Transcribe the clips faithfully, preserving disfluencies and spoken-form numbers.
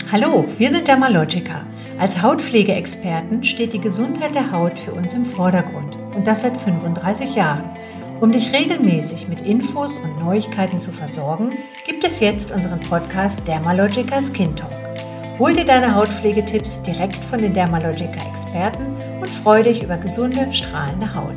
Hallo, wir sind Dermalogica. Als Hautpflegeexperten steht die Gesundheit der Haut für uns im Vordergrund und das seit fünfunddreißig Jahren. Um dich regelmäßig mit Infos und Neuigkeiten zu versorgen, gibt es jetzt unseren Podcast Dermalogica Skin Talk. Hol dir deine Hautpflegetipps direkt von den Dermalogica-Experten und freu dich über gesunde, strahlende Haut.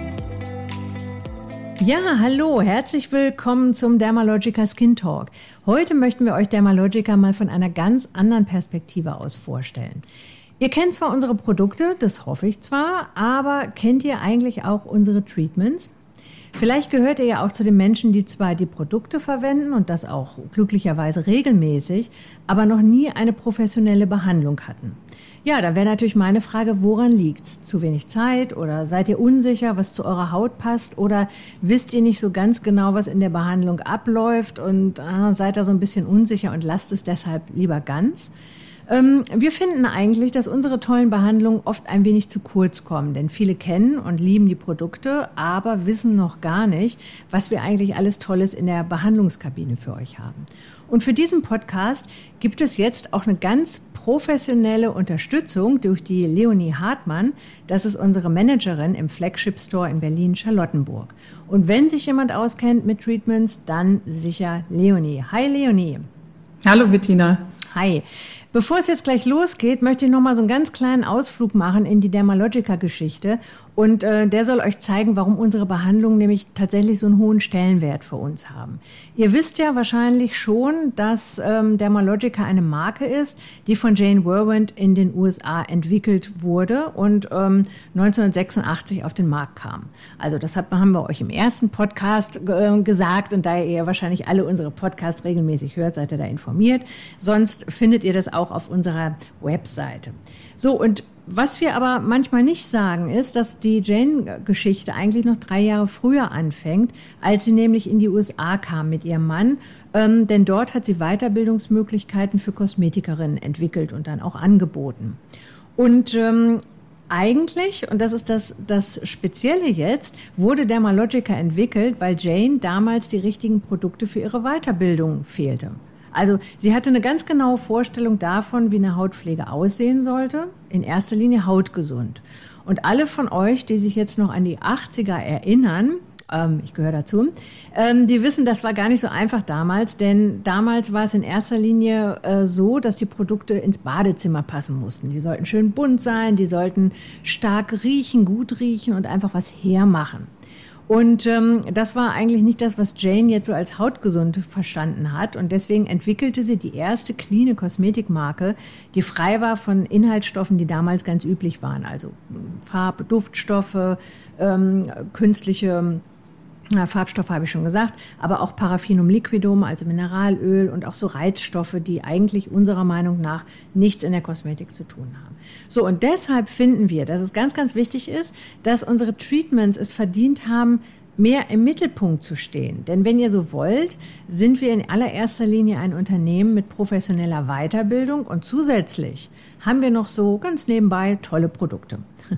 Ja, hallo, herzlich willkommen zum Dermalogica Skin Talk. Heute möchten wir euch Dermalogica mal von einer ganz anderen Perspektive aus vorstellen. Ihr kennt zwar unsere Produkte, das hoffe ich zwar, aber kennt ihr eigentlich auch unsere Treatments? Vielleicht gehört ihr ja auch zu den Menschen, die zwar die Produkte verwenden und das auch glücklicherweise regelmäßig, aber noch nie eine professionelle Behandlung hatten. Ja, da wäre natürlich meine Frage, woran liegt's? Zu wenig Zeit oder seid ihr unsicher, was zu eurer Haut passt oder wisst ihr nicht so ganz genau, was in der Behandlung abläuft und äh, seid da so ein bisschen unsicher und lasst es deshalb lieber ganz? Ähm, wir finden eigentlich, dass unsere tollen Behandlungen oft ein wenig zu kurz kommen, denn viele kennen und lieben die Produkte, aber wissen noch gar nicht, was wir eigentlich alles Tolles in der Behandlungskabine für euch haben. Und für diesen Podcast gibt es jetzt auch eine ganz professionelle Unterstützung durch die Leonie Hartmann. Das ist unsere Managerin im Flagship Store in Berlin-Charlottenburg. Und wenn sich jemand auskennt mit Treatments, dann sicher Leonie. Hi Leonie. Hallo Bettina. Hi. Bevor es jetzt gleich losgeht, möchte ich noch mal so einen ganz kleinen Ausflug machen in die Dermalogica-Geschichte. Und äh, der soll euch zeigen, warum unsere Behandlungen nämlich tatsächlich so einen hohen Stellenwert für uns haben. Ihr wisst ja wahrscheinlich schon, dass ähm, Dermalogica eine Marke ist, die von Jane Werwand in den U S A entwickelt wurde und ähm, neunzehnhundertsechsundachtzig auf den Markt kam. Also das hat, haben wir euch im ersten Podcast äh, gesagt und da ihr wahrscheinlich alle unsere Podcasts regelmäßig hört, seid ihr da informiert. Sonst findet ihr das auch auf unserer Webseite. So, und was wir aber manchmal nicht sagen, ist, dass die Jane-Geschichte eigentlich noch drei Jahre früher anfängt, als sie nämlich in die U S A kam mit ihrem Mann. Ähm, denn dort hat sie Weiterbildungsmöglichkeiten für Kosmetikerinnen entwickelt und dann auch angeboten. Und ähm, eigentlich, und das ist das, das Spezielle jetzt, wurde Dermalogica entwickelt, weil Jane damals die richtigen Produkte für ihre Weiterbildung fehlte. Also sie hatte eine ganz genaue Vorstellung davon, wie eine Hautpflege aussehen sollte, in erster Linie hautgesund. Und alle von euch, die sich jetzt noch an die achtziger erinnern, ähm, ich gehöre dazu, ähm, die wissen, das war gar nicht so einfach damals, denn damals war es in erster Linie äh, so, dass die Produkte ins Badezimmer passen mussten. Die sollten schön bunt sein, die sollten stark riechen, gut riechen und einfach was hermachen. Und ähm, das war eigentlich nicht das, was Jane jetzt so als hautgesund verstanden hat. Und deswegen entwickelte sie die erste cleane Kosmetikmarke, die frei war von Inhaltsstoffen, die damals ganz üblich waren. Also Farb-, Duftstoffe, ähm, künstliche Na, Farbstoffe habe ich schon gesagt, aber auch Paraffinum liquidum, also Mineralöl und auch so Reizstoffe, die eigentlich unserer Meinung nach nichts in der Kosmetik zu tun haben. So, und deshalb finden wir, dass es ganz, ganz wichtig ist, dass unsere Treatments es verdient haben, mehr im Mittelpunkt zu stehen. Denn wenn ihr so wollt, sind wir in allererster Linie ein Unternehmen mit professioneller Weiterbildung und zusätzlich haben wir noch so ganz nebenbei tolle Produkte.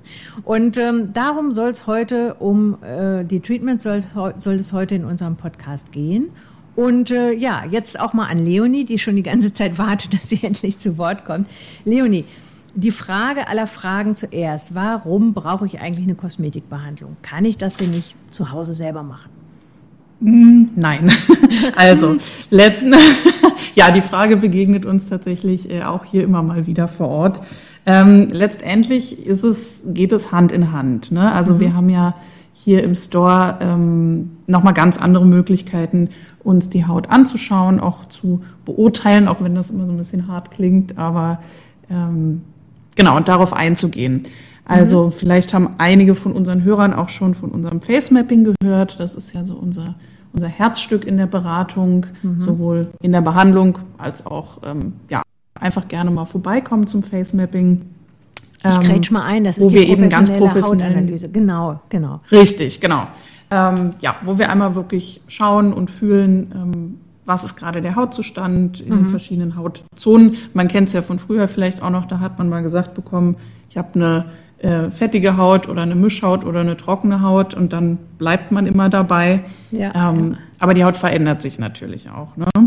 Und ähm, darum soll es heute um äh, die Treatments soll, soll es heute in unserem Podcast gehen. Und äh, ja, jetzt auch mal an Leonie, die schon die ganze Zeit wartet, dass sie endlich zu Wort kommt. Leonie, die Frage aller Fragen zuerst. Warum brauche ich eigentlich eine Kosmetikbehandlung? Kann ich das denn nicht zu Hause selber machen? Nein. Also, letzten, ja, die Frage begegnet uns tatsächlich äh, auch hier immer mal wieder vor Ort. Ähm, letztendlich ist es, geht es Hand in Hand, ne? Also mhm. wir haben ja hier im Store ähm, nochmal ganz andere Möglichkeiten, uns die Haut anzuschauen, auch zu beurteilen, auch wenn das immer so ein bisschen hart klingt, aber ähm, genau, und darauf einzugehen. Also mhm. vielleicht haben einige von unseren Hörern auch schon von unserem Face-Mapping gehört. Das ist ja so unser, unser Herzstück in der Beratung, mhm. sowohl in der Behandlung als auch ähm, ja, einfach gerne mal vorbeikommen zum Face-Mapping. Ich grätsch mal ein, das ist die professionelle Hautanalyse. Genau, genau. Richtig, genau. Ähm, ja, wo wir einmal wirklich schauen und fühlen, ähm, was ist gerade der Hautzustand in mhm. den verschiedenen Hautzonen. Man kennt es ja von früher vielleicht auch noch, da hat man mal gesagt bekommen, ich habe eine äh, fettige Haut oder eine Mischhaut oder eine trockene Haut und dann bleibt man immer dabei. Ja, ähm, ja. Aber die Haut verändert sich natürlich auch, ne?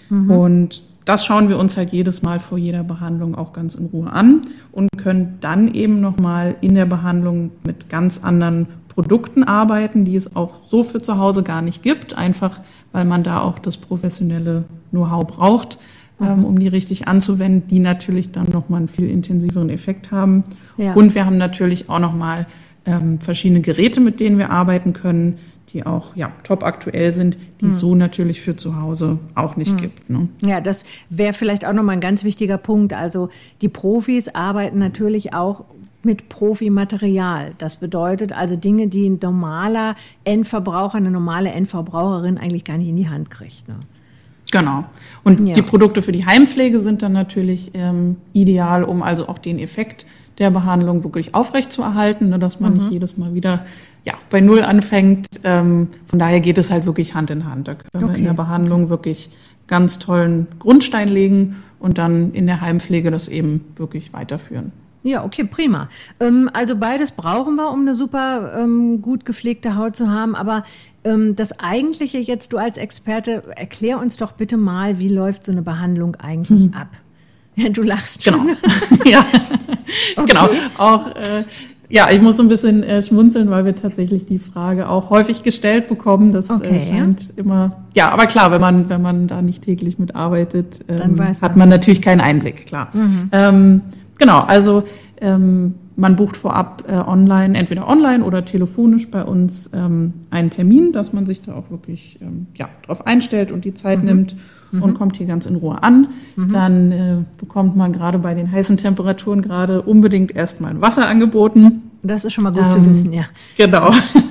Mhm. Und das schauen wir uns halt jedes Mal vor jeder Behandlung auch ganz in Ruhe an und können dann eben nochmal in der Behandlung mit ganz anderen Produkten arbeiten, die es auch so für zu Hause gar nicht gibt, einfach weil man da auch das professionelle Know-how braucht, ähm, um die richtig anzuwenden, die natürlich dann nochmal einen viel intensiveren Effekt haben. Ja. Und wir haben natürlich auch nochmal ähm, verschiedene Geräte, mit denen wir arbeiten können, die auch ja, top aktuell sind, die hm. es so natürlich für zu Hause auch nicht hm. gibt. Ne? Ja, das wäre vielleicht auch nochmal ein ganz wichtiger Punkt. Also die Profis arbeiten natürlich auch mit Profimaterial. Das bedeutet also Dinge, die ein normaler Endverbraucher, eine normale Endverbraucherin eigentlich gar nicht in die Hand kriegt. Ne? Genau. Und ja. die Produkte für die Heimpflege sind dann natürlich ähm, ideal, um also auch den Effekt der Behandlung wirklich aufrechtzuerhalten, ne, dass man mhm. nicht jedes Mal wieder ja, bei Null anfängt. Ähm, von daher geht es halt wirklich Hand in Hand. Da können okay. wir in der Behandlung okay. wirklich ganz tollen Grundstein legen und dann in der Heimpflege das eben wirklich weiterführen. Ja, okay, prima. Ähm, also beides brauchen wir, um eine super ähm, gut gepflegte Haut zu haben. Aber ähm, das Eigentliche jetzt, du als Experte, erklär uns doch bitte mal, wie läuft so eine Behandlung eigentlich hm. ab? Ja, du lachst schon. Genau. ja, okay. genau. Auch, äh, ja, ich muss so ein bisschen äh, schmunzeln, weil wir tatsächlich die Frage auch häufig gestellt bekommen. Das okay, äh, scheint ja. immer, ja, aber klar, wenn man, wenn man da nicht täglich mitarbeitet, ähm, hat man natürlich keinen Einblick, klar. Mhm. Ähm, genau, also ähm, man bucht vorab äh, online, entweder online oder telefonisch bei uns ähm, einen Termin, dass man sich da auch wirklich ähm, ja, drauf einstellt und die Zeit mhm. nimmt. Mhm. Und kommt hier ganz in Ruhe an. Mhm. Dann äh, bekommt man gerade bei den heißen Temperaturen gerade unbedingt erstmal ein Wasser angeboten. Das ist schon mal gut ähm, zu wissen, ja. Genau.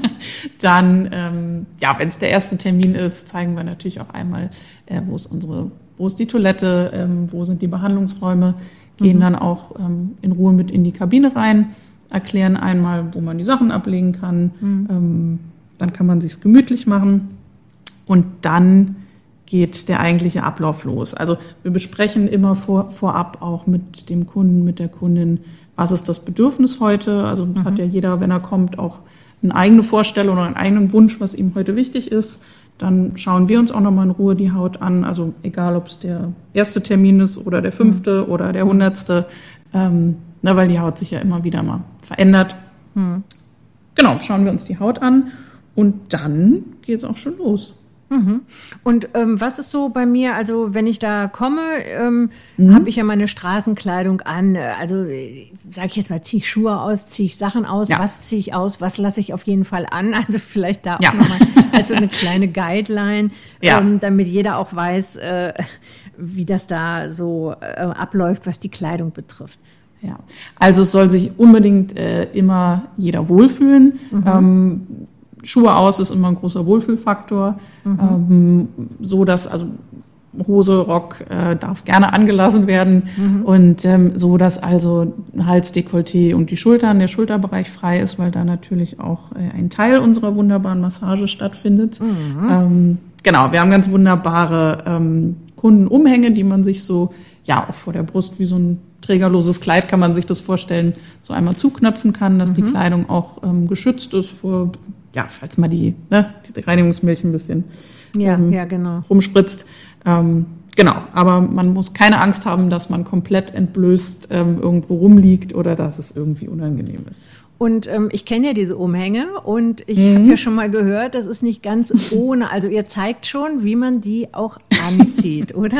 Dann, ähm, ja, wenn es der erste Termin ist, zeigen wir natürlich auch einmal, äh, wo ist unsere, wo ist die Toilette, ähm, wo sind die Behandlungsräume, gehen mhm. dann auch ähm, in Ruhe mit in die Kabine rein, erklären einmal, wo man die Sachen ablegen kann. Mhm. Ähm, dann kann man sich's gemütlich machen und dann geht der eigentliche Ablauf los. Also wir besprechen immer vor, vorab auch mit dem Kunden, mit der Kundin, was ist das Bedürfnis heute. Also mhm. hat ja jeder, wenn er kommt, auch eine eigene Vorstellung oder einen eigenen Wunsch, was ihm heute wichtig ist. Dann schauen wir uns auch nochmal in Ruhe die Haut an. Also egal, ob es der erste Termin ist oder der fünfte mhm. oder der hundertste. Ähm, ne, weil die Haut sich ja immer wieder mal verändert. Mhm. Genau, schauen wir uns die Haut an und dann geht es auch schon los. Mhm. Und ähm, was ist so bei mir, also wenn ich da komme, ähm, mhm. habe ich ja meine Straßenkleidung an, also sage ich jetzt mal, ziehe ich Schuhe aus, ziehe ich Sachen aus, ja. was ziehe ich aus, was lasse ich auf jeden Fall an, also vielleicht da auch ja. nochmal als so eine kleine Guideline, ja. ähm, damit jeder auch weiß, äh, wie das da so äh, abläuft, was die Kleidung betrifft. Ja, also es soll sich unbedingt äh, immer jeder wohlfühlen. Mhm. Ähm, Schuhe aus ist immer ein großer Wohlfühlfaktor, mhm. ähm, so dass also Hose, Rock äh, darf gerne angelassen werden mhm. und ähm, so dass also Hals, Dekolleté und die Schultern, der Schulterbereich frei ist, weil da natürlich auch äh, ein Teil unserer wunderbaren Massage stattfindet. Mhm. Ähm, genau, wir haben ganz wunderbare ähm, Kundenumhänge, die man sich so ja auch vor der Brust wie so ein trägerloses Kleid kann man sich das vorstellen, so einmal zuknöpfen kann, dass mhm. die Kleidung auch ähm, geschützt ist vor ja, falls mal die, ne, die Reinigungsmilch ein bisschen ja, ähm, ja, genau. rumspritzt. Ähm, genau, aber man muss keine Angst haben, dass man komplett entblößt ähm, irgendwo rumliegt oder dass es irgendwie unangenehm ist. Und ähm, ich kenne ja diese Umhänge und ich mhm. habe ja schon mal gehört, das ist nicht ganz ohne. Also ihr zeigt schon, wie man die auch anzieht, oder?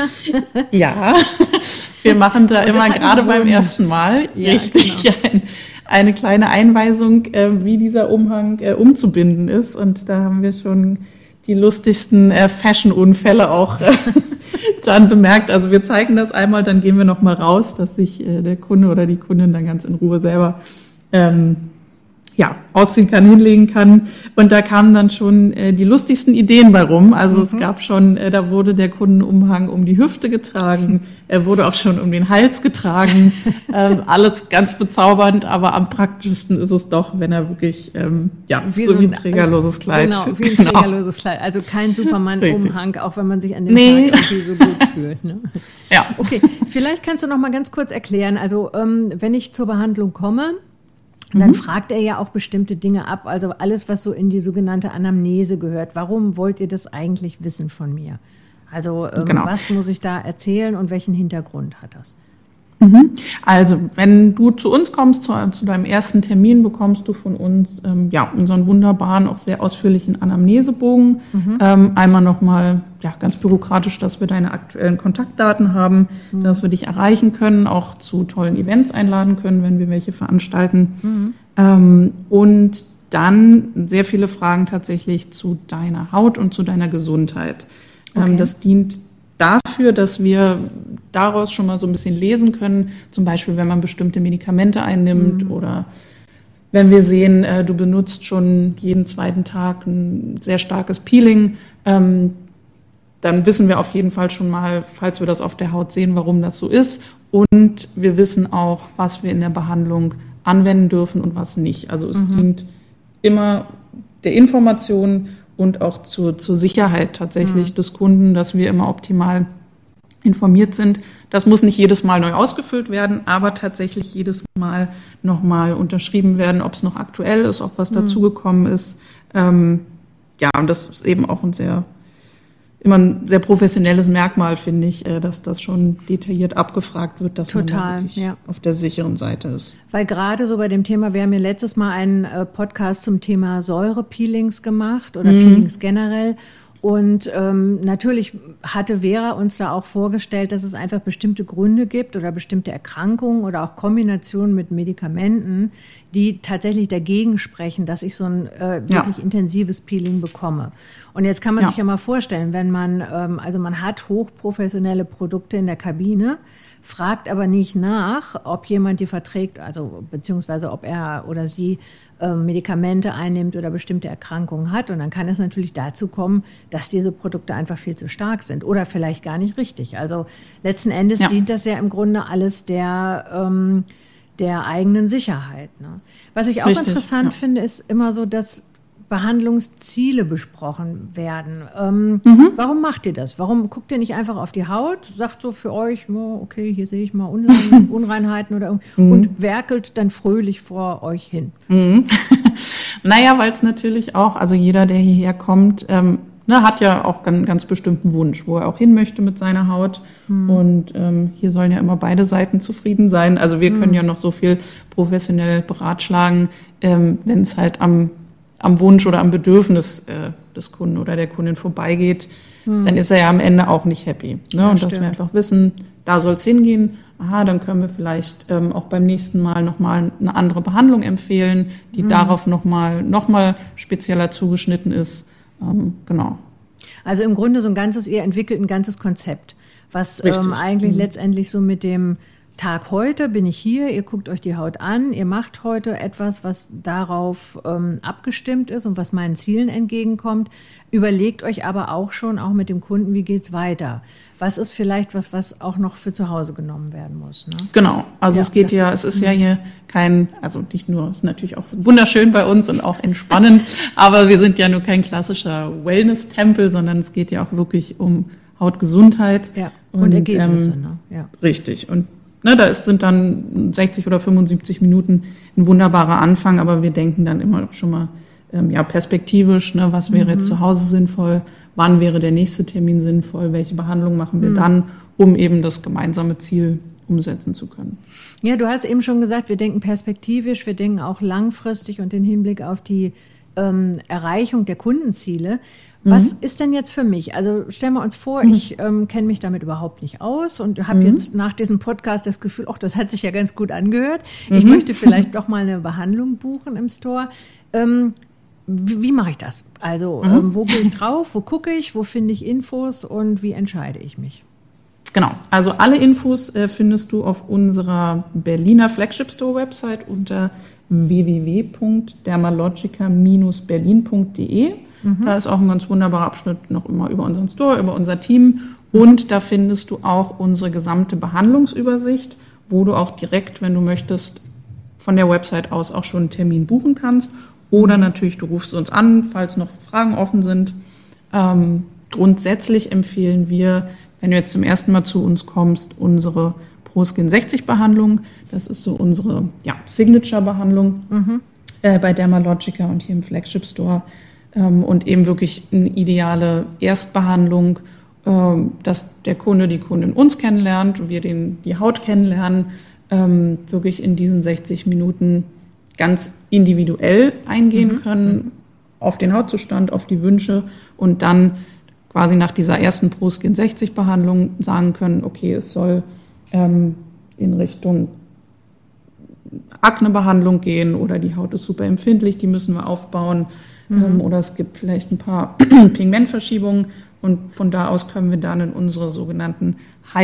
Ja, wir machen da immer gerade beim ersten Mal ja, richtig genau. ein eine kleine Einweisung, äh, wie dieser Umhang äh, umzubinden ist. Und da haben wir schon die lustigsten äh, Fashion-Unfälle auch äh, dann bemerkt. Also wir zeigen das einmal, dann gehen wir noch mal raus, dass sich äh, der Kunde oder die Kundin dann ganz in Ruhe selber ähm, ja, ausziehen kann, hinlegen kann. Und da kamen dann schon äh, die lustigsten Ideen bei rum. Also mhm. es gab schon, äh, da wurde der Kundenumhang um die Hüfte getragen, er wurde auch schon um den Hals getragen. ähm, alles ganz bezaubernd, aber am praktischsten ist es doch, wenn er wirklich, ähm, ja, wie so, so wie ein trägerloses Kleid. Genau, wie ein genau. trägerloses Kleid. Also kein Superman-Umhang, auch wenn man sich an dem nee. Tag irgendwie so gut fühlt. Ne? Ja. Okay, vielleicht kannst du noch mal ganz kurz erklären, also ähm, wenn ich zur Behandlung komme, dann mhm. fragt er ja auch bestimmte Dinge ab, also alles, was so in die sogenannte Anamnese gehört. Warum wollt ihr das eigentlich wissen von mir? Also ähm, genau. Was muss ich da erzählen und welchen Hintergrund hat das? Also, wenn du zu uns kommst, zu, zu deinem ersten Termin, bekommst du von uns ähm, ja, unseren wunderbaren, auch sehr ausführlichen Anamnesebogen. Mhm. Ähm, einmal nochmal, ja, ganz bürokratisch, dass wir deine aktuellen Kontaktdaten haben, mhm. dass wir dich erreichen können, auch zu tollen Events einladen können, wenn wir welche veranstalten. Mhm. Ähm, und dann sehr viele Fragen tatsächlich zu deiner Haut und zu deiner Gesundheit. Okay. Ähm, das dient dafür, dass wir daraus schon mal so ein bisschen lesen können, zum Beispiel, wenn man bestimmte Medikamente einnimmt mhm. oder wenn wir sehen, äh, du benutzt schon jeden zweiten Tag ein sehr starkes Peeling, ähm, dann wissen wir auf jeden Fall schon mal, falls wir das auf der Haut sehen, warum das so ist. Und wir wissen auch, was wir in der Behandlung anwenden dürfen und was nicht. Also es mhm. dient immer der Information und auch zur, zur Sicherheit tatsächlich mhm. des Kunden, dass wir immer optimal informiert sind. Das muss nicht jedes Mal neu ausgefüllt werden, aber tatsächlich jedes Mal nochmal unterschrieben werden, ob es noch aktuell ist, ob was mhm. dazugekommen ist. Ähm, ja, und das ist eben auch ein sehr, immer ein sehr professionelles Merkmal, finde ich, äh, dass das schon detailliert abgefragt wird, dass Total, man da wirklich ja. auf der sicheren Seite ist. Weil gerade so bei dem Thema, wir haben ja letztes Mal einen äh, Podcast zum Thema Säurepeelings gemacht oder mhm. Peelings generell. Und ähm, natürlich hatte Vera uns da auch vorgestellt, dass es einfach bestimmte Gründe gibt oder bestimmte Erkrankungen oder auch Kombinationen mit Medikamenten, die tatsächlich dagegen sprechen, dass ich so ein äh, wirklich ja. intensives Peeling bekomme. Und jetzt kann man ja. sich ja mal vorstellen, wenn man, ähm, also man hat hochprofessionelle Produkte in der Kabine, fragt aber nicht nach, ob jemand die verträgt, also beziehungsweise ob er oder sie äh, Medikamente einnimmt oder bestimmte Erkrankungen hat. Und dann kann es natürlich dazu kommen, dass diese Produkte einfach viel zu stark sind oder vielleicht gar nicht richtig. Also letzten Endes ja. dient das ja im Grunde alles der, ähm, der eigenen Sicherheit. Ne? Was ich auch richtig, interessant ja. finde, ist immer so, dass Behandlungsziele besprochen werden. Ähm, mhm. Warum macht ihr das? Warum guckt ihr nicht einfach auf die Haut, sagt so für euch, oh, okay, hier sehe ich mal Unrein- Unreinheiten oder mhm. und werkelt dann fröhlich vor euch hin? Mhm. Naja, weil es natürlich auch, also jeder, der hierher kommt, ähm, ne, hat ja auch einen ganz bestimmten Wunsch, wo er auch hin möchte mit seiner Haut. Mhm. Und ähm, hier sollen ja immer beide Seiten zufrieden sein. Also wir mhm. können ja noch so viel professionell beratschlagen, ähm, wenn es halt am am Wunsch oder am Bedürfnis äh, des Kunden oder der Kundin vorbeigeht, hm. dann ist er ja am Ende auch nicht happy. Ne? Ja, und stimmt. Dass wir einfach wissen, da soll es hingehen, aha, dann können wir vielleicht ähm, auch beim nächsten Mal nochmal eine andere Behandlung empfehlen, die hm. darauf nochmal noch mal spezieller zugeschnitten ist. Ähm, genau. Also im Grunde so ein ganzes, ihr entwickelt ein ganzes Konzept, was ähm, eigentlich hm. letztendlich so mit dem Tag heute bin ich hier, ihr guckt euch die Haut an, ihr macht heute etwas, was darauf ähm, abgestimmt ist und was meinen Zielen entgegenkommt. Überlegt euch aber auch schon, auch mit dem Kunden, wie geht's weiter? Was ist vielleicht was, was auch noch für zu Hause genommen werden muss? Ne? Genau, also ja, es geht ja, es ist ja hier kein, also nicht nur, es ist natürlich auch wunderschön bei uns und auch entspannend, aber wir sind ja nur kein klassischer Wellness-Tempel, sondern es geht ja auch wirklich um Hautgesundheit. Ja, und, und Ergebnisse. Ähm, ne? Ja. Richtig, und Ne, da ist, sind dann sechzig oder fünfundsiebzig Minuten ein wunderbarer Anfang, aber wir denken dann immer schon mal ähm, ja, perspektivisch, ne, was wäre mhm. jetzt zu Hause sinnvoll, wann wäre der nächste Termin sinnvoll, welche Behandlung machen wir mhm. dann, um eben das gemeinsame Ziel umsetzen zu können. Ja, du hast eben schon gesagt, wir denken perspektivisch, wir denken auch langfristig und den Hinblick auf die ähm, Erreichung der Kundenziele. Was mhm. ist denn jetzt für mich? Also stellen wir uns vor, mhm. ich ähm, kenne mich damit überhaupt nicht aus und habe mhm. jetzt nach diesem Podcast das Gefühl, ach, das hat sich ja ganz gut angehört. Mhm. Ich möchte vielleicht doch mal eine Behandlung buchen im Store. Ähm, wie, wie mache ich das? Also mhm. ähm, wo gehe ich drauf, wo gucke ich, wo finde ich Infos und wie entscheide ich mich? Genau, also alle Infos äh, findest du auf unserer Berliner Flagship Store Website unter w w w punkt dermalogica Bindestrich berlin punkt d e. Mhm. Da ist auch ein ganz wunderbarer Abschnitt noch immer über unseren Store, über unser Team. Und da findest du auch unsere gesamte Behandlungsübersicht, wo du auch direkt, wenn du möchtest, von der Website aus auch schon einen Termin buchen kannst. Oder natürlich, du rufst uns an, falls noch Fragen offen sind. Ähm, grundsätzlich empfehlen wir, wenn du jetzt zum ersten Mal zu uns kommst, unsere ProSkin sechzig Behandlung. Das ist so unsere ja, Signature-Behandlung mhm. äh, bei Dermalogica und hier im Flagship Store. Und eben wirklich eine ideale Erstbehandlung, ähm, dass der Kunde, die Kundin uns kennenlernt und wir den, die Haut kennenlernen, ähm, wirklich in diesen sechzig Minuten ganz individuell eingehen mhm. können auf den Hautzustand, auf die Wünsche und dann quasi nach dieser ersten ProSkin sechzig Behandlung sagen können, okay, es soll ähm, in Richtung Aknebehandlung gehen oder die Haut ist super empfindlich, die müssen wir aufbauen mhm. ähm, oder es gibt vielleicht ein paar Pigmentverschiebungen und von da aus können wir dann in unsere sogenannten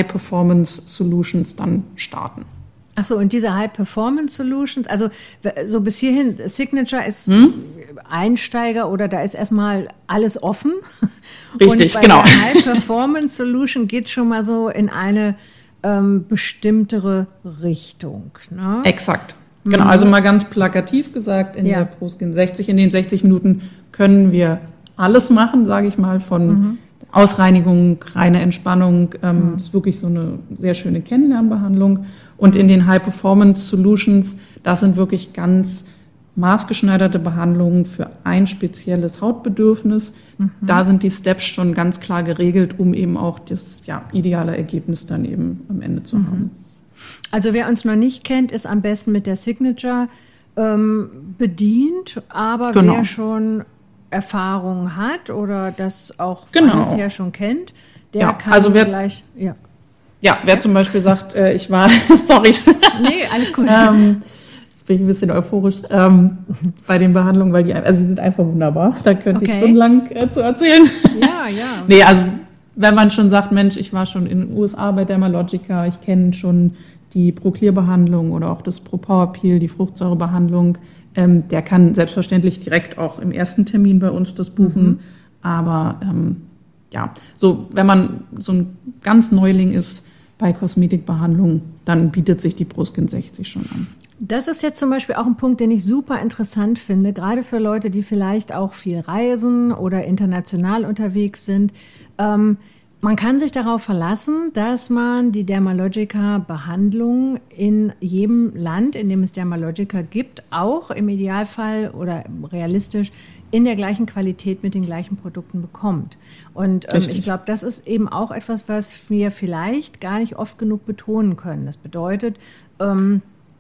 High-Performance-Solutions dann starten. Ach so, und diese High-Performance-Solutions, also so bis hierhin, Signature ist hm? Einsteiger oder da ist erstmal alles offen. Richtig, und bei genau. der High-Performance-Solution geht es schon mal so in eine ähm, bestimmtere Richtung. Ne? Exakt. Genau, also mal ganz plakativ gesagt, in ja. der ProSkin sechzig, in den sechzig Minuten können wir alles machen, sage ich mal, von mhm. Ausreinigung, reine Entspannung, ähm, mhm. ist wirklich so eine sehr schöne Kennenlernbehandlung. Und in den High-Performance-Solutions, das sind wirklich ganz maßgeschneiderte Behandlungen für ein spezielles Hautbedürfnis. Mhm. Da sind die Steps schon ganz klar geregelt, um eben auch das ja, ideale Ergebnis dann eben am Ende zu mhm. haben. Also wer uns noch nicht kennt, ist am besten mit der Signature ähm, bedient, aber genau. wer schon Erfahrung hat oder das auch genau. bisher schon kennt, der ja, kann also wer, gleich... Ja. Ja, wer zum Beispiel sagt, äh, ich war, sorry. Nee, alles gut. ähm, jetzt bin ich ein bisschen euphorisch ähm, bei den Behandlungen, weil die, also die sind einfach wunderbar. Da könnte okay. ich stundenlang äh, zu erzählen. Ja, ja. Nee, also wenn man schon sagt, Mensch, ich war schon in den U S A bei Dermalogica, ich kenne schon die Pro-Clear-Behandlung oder auch das Pro-Power-Peel, die Fruchtsäurebehandlung, ähm, der kann selbstverständlich direkt auch im ersten Termin bei uns das buchen. Mhm. Aber ähm, ja, so wenn man so ein ganz Neuling ist, bei Kosmetikbehandlungen, dann bietet sich die ProSkin sechzig schon an. Das ist jetzt zum Beispiel auch ein Punkt, den ich super interessant finde, gerade für Leute, die vielleicht auch viel reisen oder international unterwegs sind. Ähm, man kann sich darauf verlassen, dass man die Dermalogica-Behandlung in jedem Land, in dem es Dermalogica gibt, auch im Idealfall oder realistisch in der gleichen Qualität mit den gleichen Produkten bekommt. Und ähm, ich glaube, das ist eben auch etwas, was wir vielleicht gar nicht oft genug betonen können. Das bedeutet, ähm,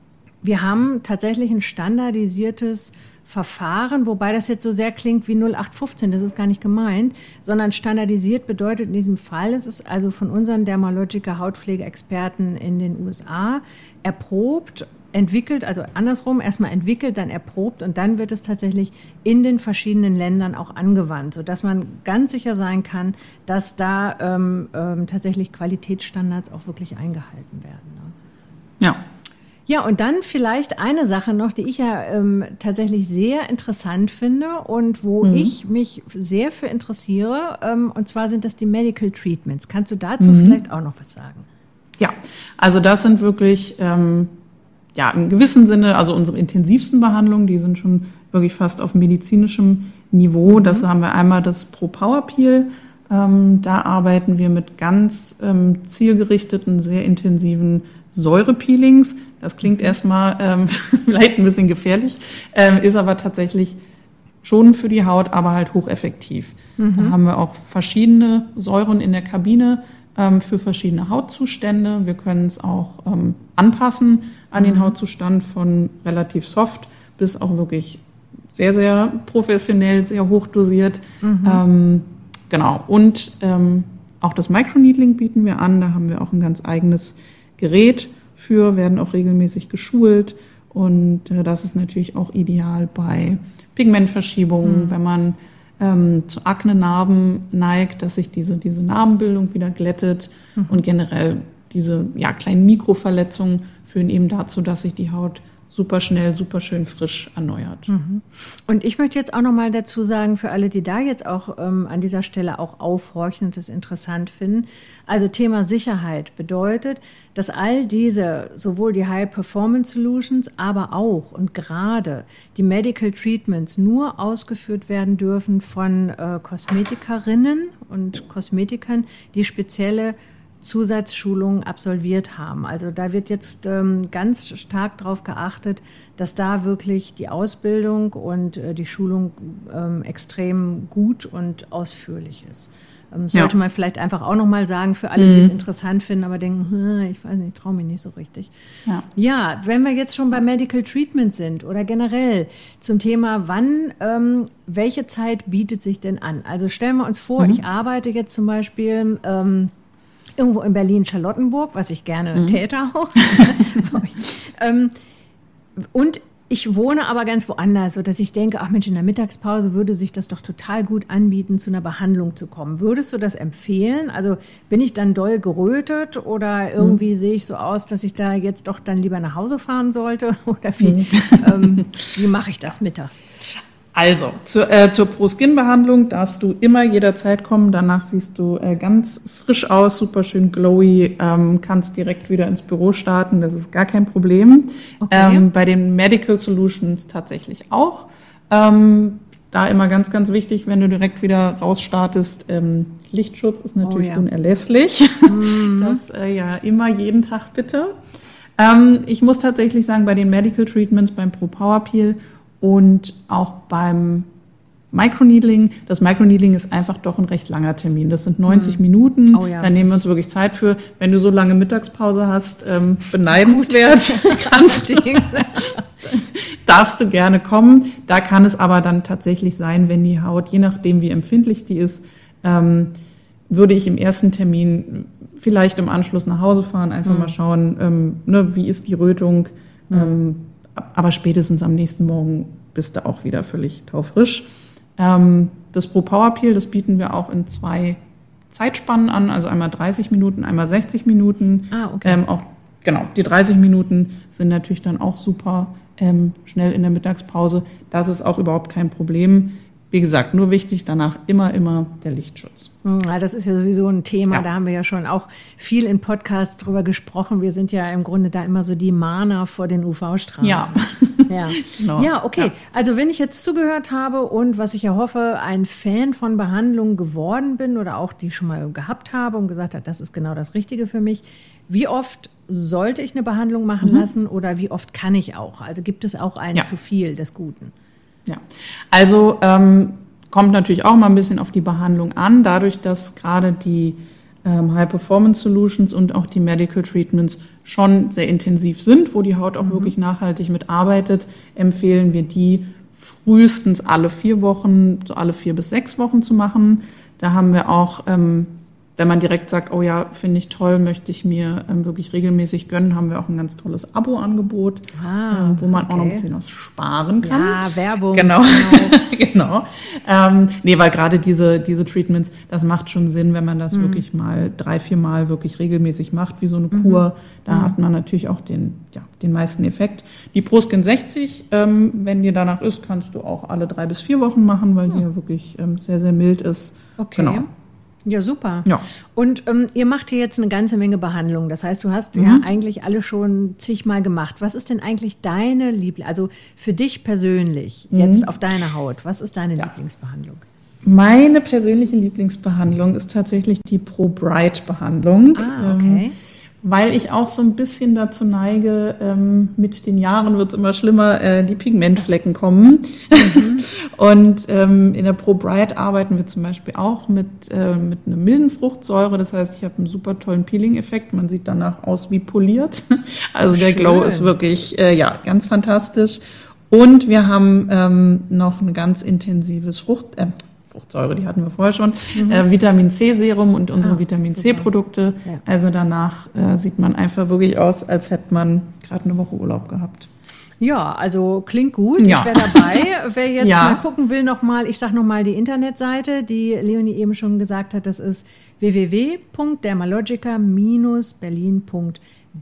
wir haben tatsächlich ein standardisiertes Verfahren, wobei das jetzt so sehr klingt wie null acht fünfzehn, das ist gar nicht gemeint, sondern standardisiert bedeutet in diesem Fall, es ist also von unseren Dermalogica Hautpflegeexperten in den U S A erprobt, entwickelt, also andersrum, erstmal entwickelt, dann erprobt und dann wird es tatsächlich in den verschiedenen Ländern auch angewandt, sodass man ganz sicher sein kann, dass da ähm, ähm, tatsächlich Qualitätsstandards auch wirklich eingehalten werden. Ne? Ja. Ja, und dann vielleicht eine Sache noch, die ich ja ähm, tatsächlich sehr interessant finde und wo mhm. ich mich sehr für interessiere, ähm, und zwar sind das die Medical Treatments. Kannst du dazu mhm. vielleicht auch noch was sagen? Ja, also das sind wirklich... Ähm Ja, in gewissem Sinne, also unsere intensivsten Behandlungen, die sind schon wirklich fast auf medizinischem Niveau. Mhm. Das haben wir einmal das Pro-Power-Peel. Ähm, da arbeiten wir mit ganz ähm, zielgerichteten, sehr intensiven Säurepeelings. Das klingt erstmal ähm, vielleicht ein bisschen gefährlich, ähm, ist aber tatsächlich schon für die Haut, aber halt hocheffektiv. Mhm. Da haben wir auch verschiedene Säuren in der Kabine ähm, für verschiedene Hautzustände. Wir können es auch ähm, anpassen an den Hautzustand von relativ soft bis auch wirklich sehr, sehr professionell, sehr hochdosiert. Mhm. Ähm, genau. Und ähm, auch das Microneedling bieten wir an. Da haben wir auch ein ganz eigenes Gerät für, werden auch regelmäßig geschult. Und äh, das ist natürlich auch ideal bei Pigmentverschiebungen, mhm. wenn man ähm, zu Akne-Narben neigt, dass sich diese, diese Narbenbildung wieder glättet mhm. und generell diese ja, kleinen Mikroverletzungen führen eben dazu, dass sich die Haut super schnell, super schön frisch erneuert. Und ich möchte jetzt auch noch mal dazu sagen, für alle, die da jetzt auch ähm, an dieser Stelle auch aufhorchen und das interessant finden, also Thema Sicherheit bedeutet, dass all diese, sowohl die High-Performance-Solutions, aber auch und gerade die Medical Treatments nur ausgeführt werden dürfen von äh, Kosmetikerinnen und Kosmetikern, die spezielle Zusatzschulungen absolviert haben. Also da wird jetzt ähm, ganz stark darauf geachtet, dass da wirklich die Ausbildung und äh, die Schulung ähm, extrem gut und ausführlich ist. Ähm, sollte ja. man vielleicht einfach auch nochmal sagen, für alle, die mhm. es interessant finden, aber denken, hm, ich weiß nicht, ich traue mich nicht so richtig. Ja. ja, wenn wir jetzt schon bei Medical Treatment sind oder generell zum Thema, wann, ähm, welche Zeit bietet sich denn an? Also stellen wir uns vor, mhm. ich arbeite jetzt zum Beispiel ähm, irgendwo in Berlin-Charlottenburg, was ich gerne mhm. täte auch. ähm, und ich wohne aber ganz woanders, sodass ich denke, ach Mensch, in der Mittagspause würde sich das doch total gut anbieten, zu einer Behandlung zu kommen. Würdest du das empfehlen? Also bin ich dann doll gerötet oder irgendwie mhm. sehe ich so aus, dass ich da jetzt doch dann lieber nach Hause fahren sollte? Oder wie, mhm. ähm, wie mache ich das mittags? Also, zu, äh, zur Pro-Skin-Behandlung darfst du immer jederzeit kommen. Danach siehst du äh, ganz frisch aus, super schön glowy, ähm, kannst direkt wieder ins Büro starten, das ist gar kein Problem. Okay. Ähm, bei den Medical Solutions tatsächlich auch. Ähm, da immer ganz, ganz wichtig, wenn du direkt wieder rausstartest, ähm, Lichtschutz ist natürlich oh, ja. unerlässlich. Mhm. Das äh, ja immer jeden Tag bitte. Ähm, ich muss tatsächlich sagen, bei den Medical Treatments, beim Pro Power Peel und auch beim Microneedling, das Microneedling ist einfach doch ein recht langer Termin. Das sind neunzig mhm. Minuten, oh ja, da nehmen wir uns wirklich Zeit für. Wenn du so lange Mittagspause hast, ähm, beneidenswert, kannst du, darfst du gerne kommen. Da kann es aber dann tatsächlich sein, wenn die Haut, je nachdem wie empfindlich die ist, ähm, würde ich im ersten Termin vielleicht im Anschluss nach Hause fahren, einfach mhm. mal schauen, ähm, ne, wie ist die Rötung, mhm. ähm, aber spätestens am nächsten Morgen bist du auch wieder völlig taufrisch. Ähm, das Pro Power Peel, das bieten wir auch in zwei Zeitspannen an, also einmal dreißig Minuten, einmal sechzig Minuten. Ah, okay. Ähm, auch, genau, die dreißig Minuten sind natürlich dann auch super ähm, schnell in der Mittagspause. Das ist auch überhaupt kein Problem. Wie gesagt, nur wichtig, danach immer, immer der Lichtschutz. Ja, das ist ja sowieso ein Thema, ja. Da haben wir ja schon auch viel in Podcasts drüber gesprochen. Wir sind ja im Grunde da immer so die Mahner vor den U V-Strahlen. Ja. Ja. Genau. Ja, okay. Ja. Also wenn ich jetzt zugehört habe und was ich ja hoffe, ein Fan von Behandlungen geworden bin oder auch die schon mal gehabt habe und gesagt hat, das ist genau das Richtige für mich. Wie oft sollte ich eine Behandlung machen mhm. lassen oder wie oft kann ich auch? Also gibt es auch einen ja. zu viel des Guten? Ja, also ähm, kommt natürlich auch mal ein bisschen auf die Behandlung an. Dadurch, dass gerade die ähm, High-Performance-Solutions und auch die Medical Treatments schon sehr intensiv sind, wo die Haut auch mhm. wirklich nachhaltig mitarbeitet, empfehlen wir die frühestens alle vier Wochen, so alle vier bis sechs Wochen zu machen. Da haben wir auch, ähm, wenn man direkt sagt, oh ja, finde ich toll, möchte ich mir ähm, wirklich regelmäßig gönnen, haben wir auch ein ganz tolles Abo-Angebot, ah, ähm, wo man okay. auch noch ein bisschen was sparen kann. Ja, Werbung. Genau, genau. genau. Ähm, nee, weil gerade diese, diese Treatments, das macht schon Sinn, wenn man das mhm. wirklich mal drei, vier Mal wirklich regelmäßig macht, wie so eine Kur. Mhm. Da mhm. hat man natürlich auch den, ja, den meisten Effekt. Die Pro-Skin sechzig, ähm, wenn dir danach ist, kannst du auch alle drei bis vier Wochen machen, weil mhm. die ja wirklich ähm, sehr, sehr mild ist. Okay. Genau. Ja, super. Ja. Und ähm, ihr macht hier jetzt eine ganze Menge Behandlungen. Das heißt, du hast mhm. ja eigentlich alle schon zigmal gemacht. Was ist denn eigentlich deine Lieblings-, also für dich persönlich, mhm. jetzt auf deiner Haut, was ist deine ja. Lieblingsbehandlung? Meine persönliche Lieblingsbehandlung ist tatsächlich die Pro Bright Behandlung. Ah, okay. Ähm, weil ich auch so ein bisschen dazu neige, ähm, mit den Jahren wird es immer schlimmer, äh, die Pigmentflecken kommen. Mhm. Und ähm, in der Pro Bright arbeiten wir zum Beispiel auch mit, äh, mit einer milden Fruchtsäure. Das heißt, ich habe einen super tollen Peeling-Effekt. Man sieht danach aus wie poliert. Also der Glow Schön. Ist wirklich äh, ja ganz fantastisch. Und wir haben ähm, noch ein ganz intensives Frucht... Äh, Fruchtsäure, die hatten wir vorher schon, mhm. äh, Vitamin-C-Serum und unsere ah, Vitamin-C-Produkte. Ja. Also danach äh, sieht man einfach wirklich aus, als hätte man gerade eine Woche Urlaub gehabt. Ja, also klingt gut. Ja. Ich wäre dabei. Wer jetzt ja. mal gucken will, nochmal, ich sage nochmal die Internetseite, die Leonie eben schon gesagt hat, das ist w w w punkt dermalogica Bindestrich berlin punkt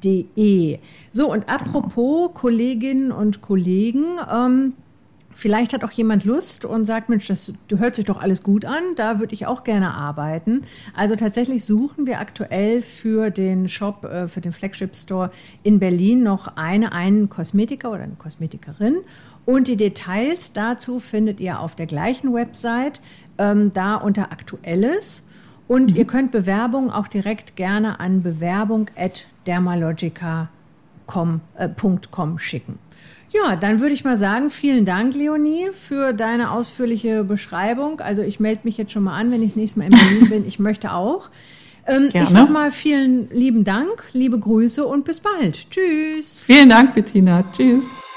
de. So, und apropos genau. Kolleginnen und Kollegen, ähm, vielleicht hat auch jemand Lust und sagt, Mensch, das hört sich doch alles gut an, da würde ich auch gerne arbeiten. Also tatsächlich suchen wir aktuell für den Shop, für den Flagship Store in Berlin noch eine, einen Kosmetiker oder eine Kosmetikerin. Und die Details dazu findet ihr auf der gleichen Website, ähm, da unter Aktuelles. Und mhm. ihr könnt Bewerbungen auch direkt gerne an bewerbung at dermalogica punkt com schicken. Ja, dann würde ich mal sagen, vielen Dank, Leonie, für deine ausführliche Beschreibung. Also ich melde mich jetzt schon mal an, wenn ich das nächste Mal in Berlin bin. Ich möchte auch. Ähm, ich sag mal vielen lieben Dank, liebe Grüße und bis bald. Tschüss. Vielen Dank, Bettina. Tschüss.